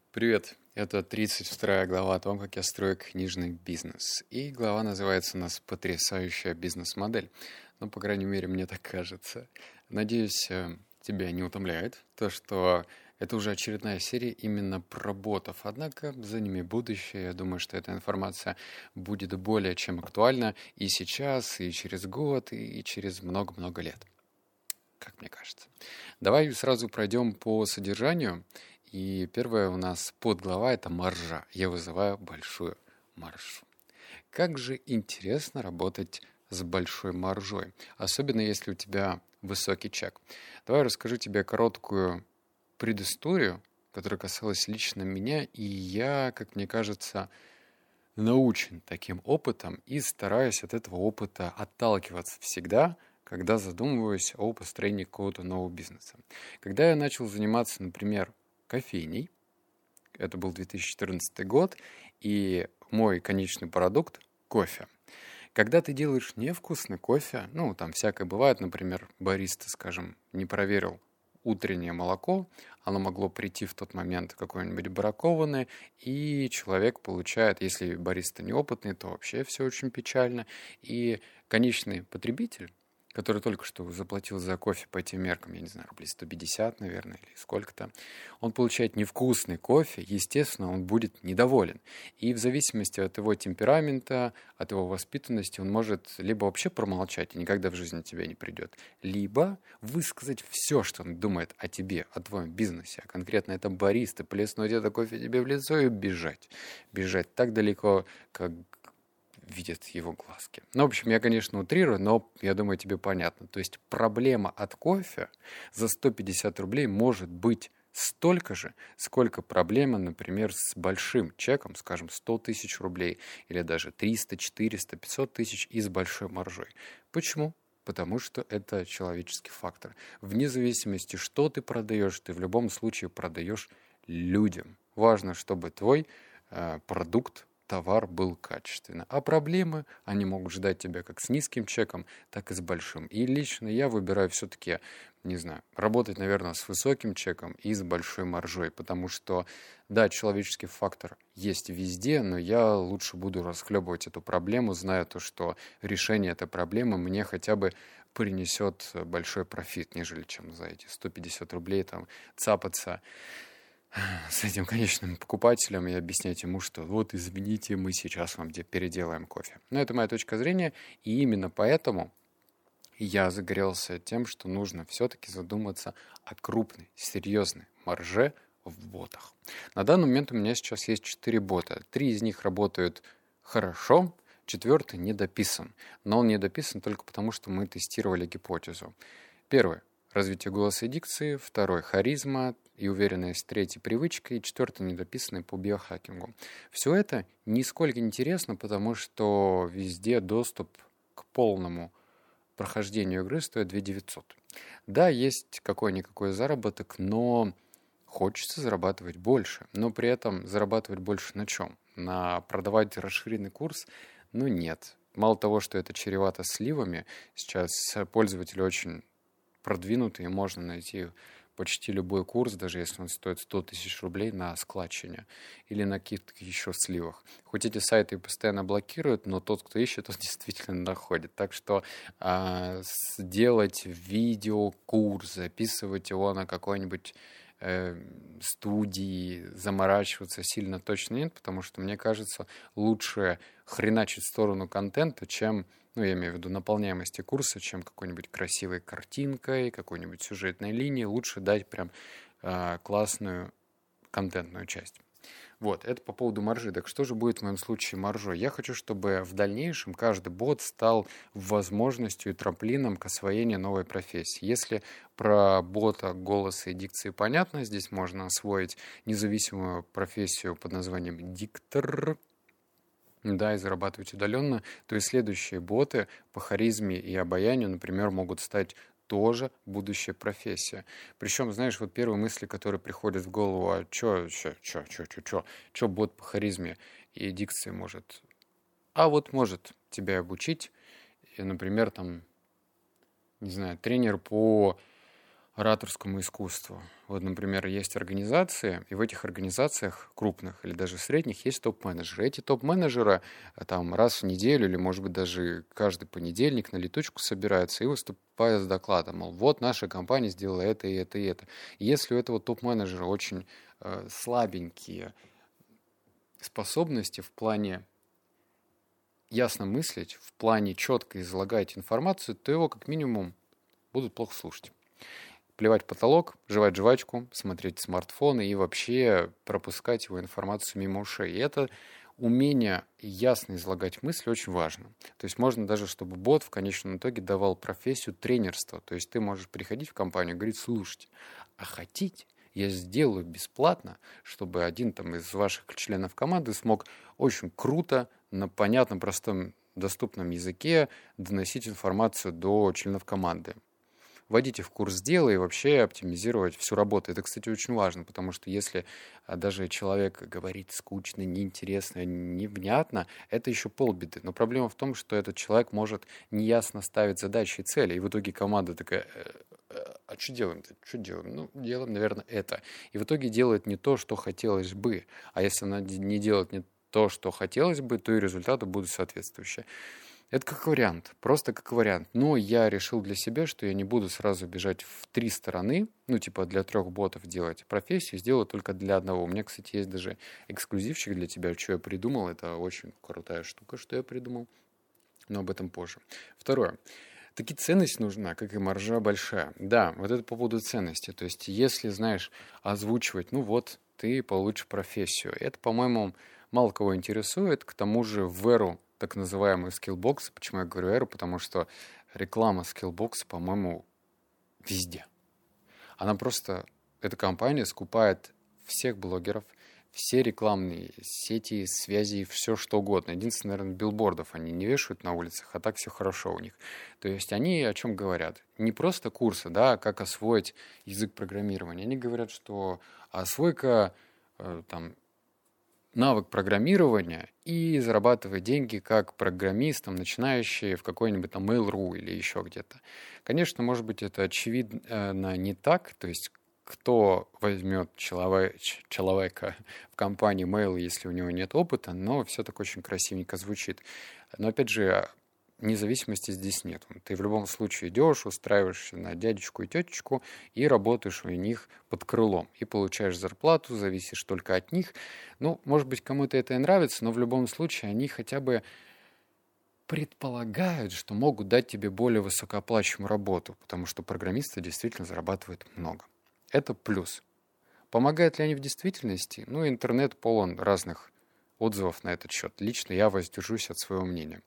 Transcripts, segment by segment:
Привет! Это 32 глава о том, как я строю книжный бизнес. И глава называется у нас «Потрясающая бизнес-модель». Ну, по крайней мере, мне так кажется. Надеюсь, тебя не утомляет то, что это уже очередная серия именно про ботов. Однако за ними будущее. Я думаю, что эта информация будет более чем актуальна и сейчас, и через год, и через много-много лет, как мне кажется. Давай сразу пройдем по содержанию. И первая у нас подглава — это маржа. Я вызываю большую маржу. Как же интересно работать с большой маржой, особенно если у тебя высокий чек. Давай расскажу тебе короткую предысторию, которая касалась лично меня, и я, как мне кажется, научен таким опытом и стараюсь от этого опыта отталкиваться всегда, когда задумываюсь о построении какого-то нового бизнеса. Когда я начал заниматься, например, кофейней, это был 2014 год, и мой конечный продукт — кофе. Когда ты делаешь невкусный кофе, ну, там всякое бывает, например, бариста, скажем, не проверил утреннее молоко, оно могло прийти в тот момент какое-нибудь бракованное, и человек получает, если бариста неопытный, то вообще все очень печально, и конечный потребитель, который только что заплатил за кофе по этим меркам, я не знаю, рублей 150, наверное, или сколько-то, он получает невкусный кофе, естественно, он будет недоволен. И в зависимости от его темперамента, от его воспитанности, он может либо вообще промолчать и никогда в жизни тебя не придет, либо высказать все, что он думает о тебе, о твоем бизнесе, а конкретно это бариста, плеснуть это кофе тебе в лицо и бежать. Бежать так далеко, как видят его глазки. Ну, в общем, я, конечно, утрирую, но я думаю, тебе понятно. То есть проблема от кофе за 150 рублей может быть столько же, сколько проблема, например, с большим чеком, скажем, 100 тысяч рублей, или даже 300, 400, 500 тысяч и с большой маржой. Почему? Потому что это человеческий фактор. Вне зависимости, что ты продаешь, ты в любом случае продаешь людям. Важно, чтобы твой продукт, товар был качественный. А проблемы, они могут ждать тебя как с низким чеком, так и с большим. И лично я выбираю все-таки, не знаю, работать, наверное, с высоким чеком и с большой маржой, потому что, да, человеческий фактор есть везде, но я лучше буду расхлебывать эту проблему, зная то, что решение этой проблемы мне хотя бы принесет большой профит, нежели чем за эти 150 рублей там цапаться с этим конечным покупателем и объяснять ему, что вот, извините, мы сейчас вам переделаем кофе. Но это моя точка зрения, и именно поэтому я загорелся тем, что нужно все-таки задуматься о крупной, серьезной марже в ботах. На данный момент у меня сейчас есть 4 бота. 3 из них работают хорошо, 4-й недописан. Но он недописан только потому, что мы тестировали гипотезу. Первый — развитие голоса и дикции, второй — харизма и уверенность, третий — привычка, и четвертый — недописанный по биохакингу. Все это нисколько не интересно, потому что везде доступ к полному прохождению игры стоит 2900. Да, есть какой-никакой заработок, но хочется зарабатывать больше. Но при этом зарабатывать больше на чем? На продавать расширенный курс? Ну нет. Мало того, что это чревато сливами, сейчас пользователи очень продвинутые, можно найти почти любой курс, даже если он стоит 100 тысяч рублей на складчине или на каких-то еще сливах. Хоть эти сайты и постоянно блокируют, но тот, кто ищет, тот действительно находит. Так что сделать видеокурс, записывать его на какой-нибудь студии, заморачиваться сильно точно нет, потому что, мне кажется, лучше хреначить в сторону контента, чем, ну, я имею в виду наполняемости курса, чем какой-нибудь красивой картинкой, какой-нибудь сюжетной линией. Лучше дать прям классную контентную часть. Вот, это по поводу маржи. Так что же будет в моем случае маржой? Я хочу, чтобы в дальнейшем каждый бот стал возможностью и трамплином к освоению новой профессии. Если про бота голоса и дикции понятно, здесь можно освоить независимую профессию под названием диктор, да, и зарабатывать удаленно, то и следующие боты по харизме и обаянию, например, могут стать тоже будущая профессия. Причем, знаешь, вот первые мысли, которые приходят в голову, а чё бот по харизме и дикции может? А вот может тебя обучить, и, например, там, не знаю, тренер по ораторскому искусству. Вот, например, есть организации, и в этих организациях крупных или даже средних есть топ-менеджеры. Эти топ-менеджеры там раз в неделю или, может быть, даже каждый понедельник на летучку собираются и выступают с докладом, мол, вот наша компания сделала это и это и это. И если у этого топ-менеджера очень слабенькие способности в плане ясно мыслить, в плане четко излагать информацию, то его как минимум будут плохо слушать. Плевать в потолок, жевать жвачку, смотреть смартфоны и вообще пропускать его информацию мимо ушей. И это умение ясно излагать мысли очень важно. То есть можно даже, чтобы бот в конечном итоге давал профессию тренерства. То есть ты можешь приходить в компанию и говорить: слушайте, а хотите, я сделаю бесплатно, чтобы один там из ваших членов команды смог очень круто, на понятном, простом, доступном языке доносить информацию до членов команды. Вводить их в курс дела и вообще оптимизировать всю работу. Это, кстати, очень важно, потому что если даже человек говорит скучно, неинтересно, невнятно, это еще полбеды. Но проблема в том, что этот человек может неясно ставить задачи и цели, и в итоге команда такая: а что делаем-то? Что делаем? Ну, делаем, наверное, это. И в итоге делает не то, что хотелось бы. А если она не делает не то, что хотелось бы, то и результаты будут соответствующие. Это как вариант, просто как вариант. Но я решил для себя, что я не буду сразу бежать в 3 стороны, ну, типа для 3 ботов делать профессию, сделаю только для одного. У меня, кстати, есть даже эксклюзивчик для тебя, что я придумал. Это очень крутая штука, что я придумал, но об этом позже. Второе. Таки ценность нужна, как и маржа большая. Да, вот это по поводу ценности. То есть, если, знаешь, озвучивать, ну вот, ты получишь профессию. Это, по-моему, мало кого интересует. К тому же в эру так называемый скиллбокс. Почему я говорю эру? Потому что реклама скиллбокса, по-моему, везде. Она просто, эта компания скупает всех блогеров, все рекламные сети, связи, все что угодно. Единственное, наверное, билбордов они не вешают на улицах, а так все хорошо у них. То есть они о чем говорят? Не просто курсы, да, как освоить язык программирования. Они говорят, что освой-ка там навык программирования и зарабатывать деньги как программистом, начинающий в какой-нибудь там Mail.ru или еще где-то. Конечно, может быть, это очевидно не так, то есть кто возьмет человека в компании Mail, если у него нет опыта, но все так очень красивенько звучит. Но опять же, независимости здесь нет. Ты в любом случае идешь, устраиваешься на дядечку и тетечку и работаешь у них под крылом. И получаешь зарплату, зависишь только от них. Ну, может быть, кому-то это и нравится, но в любом случае они хотя бы предполагают, что могут дать тебе более высокооплачиваемую работу, потому что программисты действительно зарабатывают много. Это плюс. Помогают ли они в действительности? Ну, интернет полон разных отзывов на этот счет. Лично я воздержусь от своего мнения.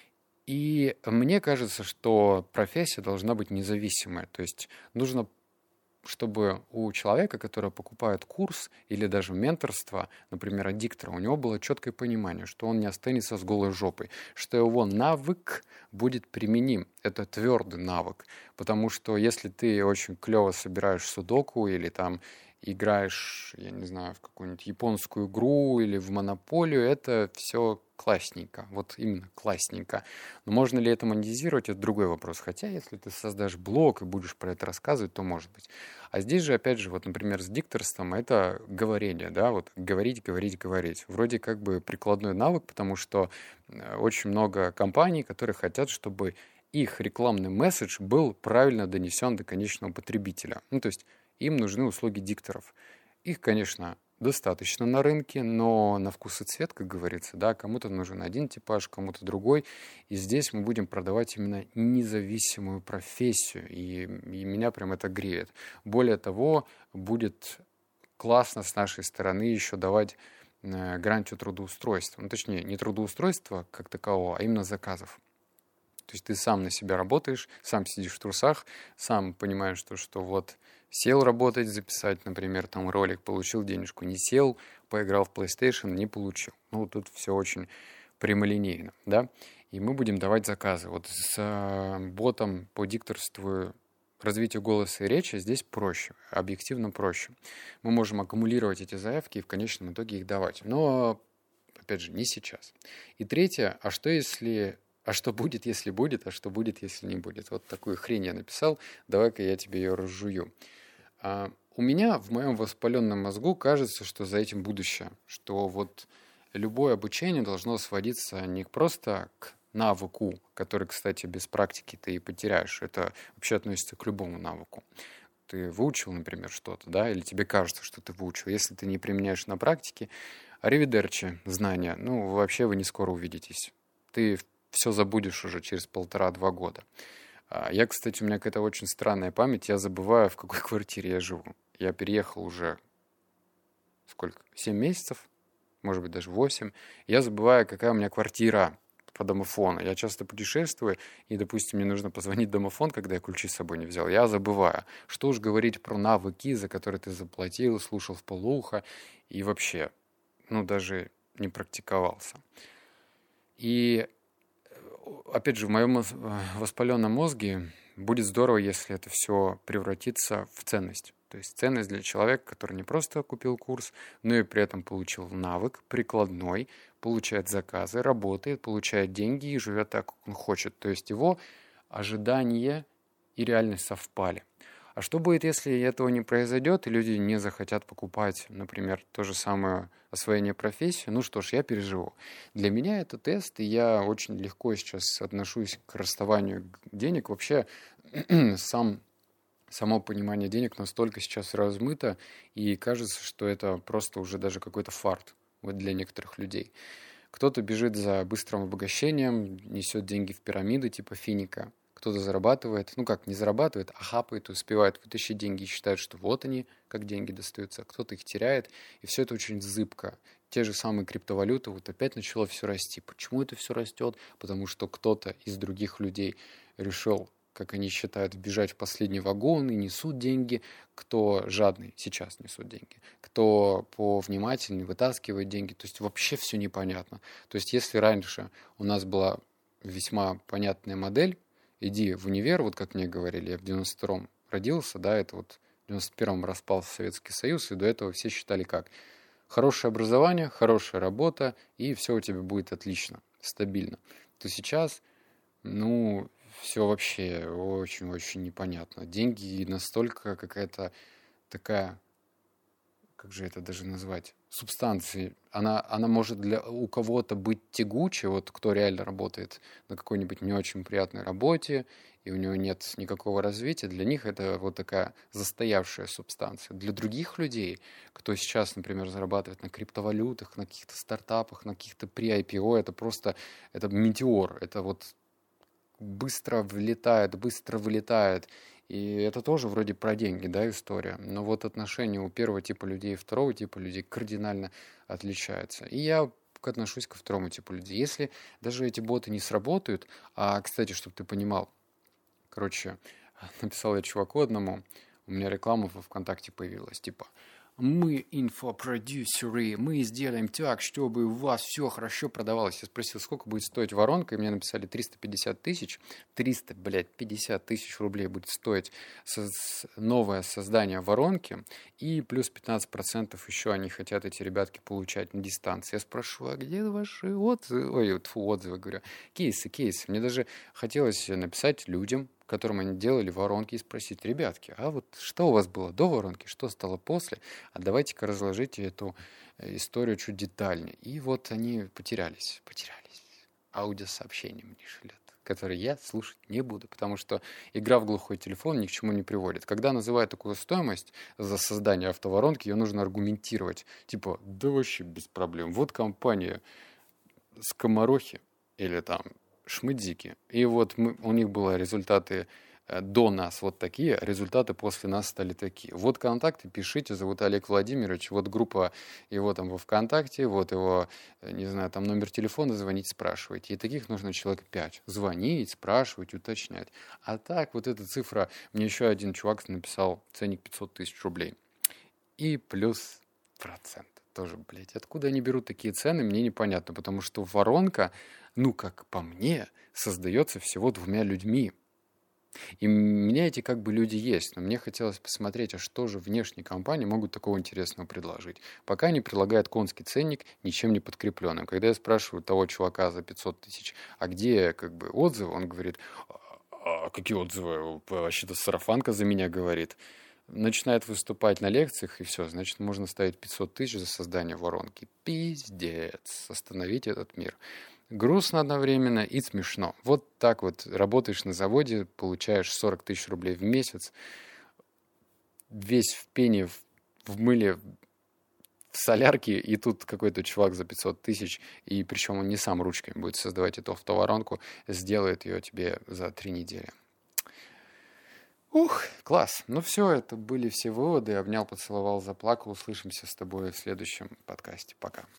И мне кажется, что профессия должна быть независимая. То есть нужно, чтобы у человека, который покупает курс или даже менторство, например, от диктора, у него было четкое понимание, что он не останется с голой жопой, что его навык будет применим. Это твердый навык. Потому что если ты очень клево собираешь судоку или там играешь, я не знаю, в какую-нибудь японскую игру или в монополию, это все классненько, вот именно классненько. Но можно ли это монетизировать, это другой вопрос. Хотя, если ты создашь блог и будешь про это рассказывать, то может быть. А здесь же, опять же, вот, например, с дикторством это говорение, да, вот говорить, говорить, говорить. Вроде как бы прикладной навык, потому что очень много компаний, которые хотят, чтобы их рекламный месседж был правильно донесен до конечного потребителя. Ну, то есть им нужны услуги дикторов. Их, конечно, достаточно на рынке, но на вкус и цвет, как говорится, да, кому-то нужен один типаж, кому-то другой. И здесь мы будем продавать именно независимую профессию. И меня прям это греет. Более того, будет классно с нашей стороны еще давать гарантию трудоустройства. Ну, точнее, не трудоустройства как такового, а именно заказов. То есть ты сам на себя работаешь, сам сидишь в трусах, сам понимаешь, что вот сел работать, записать, например, там ролик, получил денежку, не сел, поиграл в PlayStation, не получил. Ну, тут все очень прямолинейно, да. И мы будем давать заказы. Вот с ботом по дикторству, развитию голоса и речи здесь проще, объективно проще. Мы можем аккумулировать эти заявки и в конечном итоге их давать. Но, опять же, не сейчас. И третье, а что если А что будет, если будет, а что будет, если не будет? Вот такую хрень я написал, давай-ка я тебе ее разжую. У меня в моем воспаленном мозгу кажется, что за этим будущее, что вот любое обучение должно сводиться не просто к навыку, который, кстати, без практики ты и потеряешь. Это вообще относится к любому навыку. Ты выучил, например, что-то, да, или тебе кажется, что ты выучил. Если ты не применяешь на практике, аривидерчи, знания, ну, вообще вы не скоро увидитесь. Ты все забудешь уже через 1,5-2 года. Я, кстати, у меня какая-то очень странная память. Я забываю, в какой квартире я живу. Я переехал уже, сколько, 7 месяцев, может быть, даже 8. Я забываю, какая у меня квартира по домофону. Я часто путешествую, и, допустим, мне нужно позвонить в домофон, когда я ключи с собой не взял. Я забываю. Что уж говорить про навыки, за которые ты заплатил, слушал вполуха, и вообще, ну, даже не практиковался. И опять же, в моем воспаленном мозге будет здорово, если это все превратится в ценность. То есть ценность для человека, который не просто купил курс, но и при этом получил навык прикладной, получает заказы, работает, получает деньги и живет так, как он хочет. То есть его ожидания и реальность совпали. А что будет, если этого не произойдет, и люди не захотят покупать, например, то же самое освоение профессии? Ну что ж, я переживу. Для меня это тест, и я очень легко сейчас отношусь к расставанию денег. Вообще, само понимание денег настолько сейчас размыто, и кажется, что это просто уже даже какой-то фарт вот для некоторых людей. Кто-то бежит за быстрым обогащением, несет деньги в пирамиды типа финика. Кто-то зарабатывает, ну как, не зарабатывает, а хапает, успевает вытащить деньги и считает, что вот они, как деньги достаются, а кто-то их теряет, и все это очень зыбко. Те же самые криптовалюты, вот опять начало все расти. Почему это все растет? Потому что кто-то из других людей решил, как они считают, бежать в последний вагон и несут деньги. Кто жадный, сейчас несут деньги. Кто повнимательнее, вытаскивает деньги. То есть вообще все непонятно. То есть если раньше у нас была весьма понятная модель, иди в универ, вот как мне говорили, я в 92-м родился, да, это вот в 91-м распался Советский Союз, и до этого все считали как? Хорошее образование, хорошая работа, и все у тебя будет отлично, стабильно. То сейчас, ну, все вообще очень-очень непонятно. Деньги настолько какая-то такая, как же это даже назвать, субстанции. Она может у кого-то быть тягучей, вот кто реально работает на какой-нибудь не очень приятной работе, и у него нет никакого развития, для них это вот такая застоявшая субстанция. Для других людей, кто сейчас, например, зарабатывает на криптовалютах, на каких-то стартапах, на каких-то pre-IPO, это просто, это метеор, это вот быстро влетает, быстро вылетает. И это тоже вроде про деньги, да, история. Но вот отношения у первого типа людей и второго типа людей кардинально отличаются. И я отношусь ко второму типу людей. Если даже эти боты не сработают, а, кстати, чтобы ты понимал, короче, написал я чуваку одному, у меня реклама во ВКонтакте появилась, типа, мы инфопродюсеры, мы сделаем так, чтобы у вас все хорошо продавалось. Я спросил, сколько будет стоить воронка, и мне написали 350 тысяч. 50 тысяч рублей будет стоить новое создание воронки, и плюс 15% еще они хотят, эти ребятки, получать на дистанции. Я спрашиваю, а где ваши отзывы? Ой, отзывы, говорю. Кейсы. Мне даже хотелось написать людям, которым они делали воронки, и спросить, ребятки, а вот что у вас было до воронки, что стало после, а давайте-ка разложите эту историю чуть детальнее. И вот они потерялись. Аудиосообщения мне шлют, которые я слушать не буду, потому что игра в глухой телефон ни к чему не приводит. Когда называют такую стоимость за создание автоворонки, ее нужно аргументировать. Типа, да вообще без проблем. Вот компания Скоморохи или там Шмыдзики. И вот у них были результаты до нас вот такие, а результаты после нас стали такие. Вот контакты, пишите, зовут Олег Владимирович, вот группа его там во ВКонтакте, вот его, не знаю, там номер телефона, звоните, спрашивайте. И таких нужно человек 5. Звонить, спрашивать, уточнять. А так, вот эта цифра, мне еще один чувак написал, ценник 500 тысяч рублей. И плюс процент. Тоже, блядь, откуда они берут такие цены, мне непонятно, потому что воронка, ну, как по мне, создается всего 2 людьми. И у меня эти как бы люди есть, но мне хотелось посмотреть, а что же внешние компании могут такого интересного предложить. Пока они предлагают конский ценник, ничем не подкрепленным. Когда я спрашиваю того чувака за 500 тысяч, а где как бы отзывы, он говорит, какие отзывы? Вообще-то сарафанка за меня говорит. Начинает выступать на лекциях, и все, значит, можно ставить 500 тысяч за создание воронки. Пиздец, остановить этот мир. Грустно одновременно и смешно. Вот так вот работаешь на заводе, получаешь 40 тысяч рублей в месяц, весь в пене, в мыле, в солярке, и тут какой-то чувак за 500 тысяч, и причем он не сам ручками будет создавать эту автоворонку, сделает ее тебе за 3 недели. Ух, класс. Ну все, это были все выводы. Обнял, поцеловал, заплакал. Услышимся с тобой в следующем подкасте. Пока.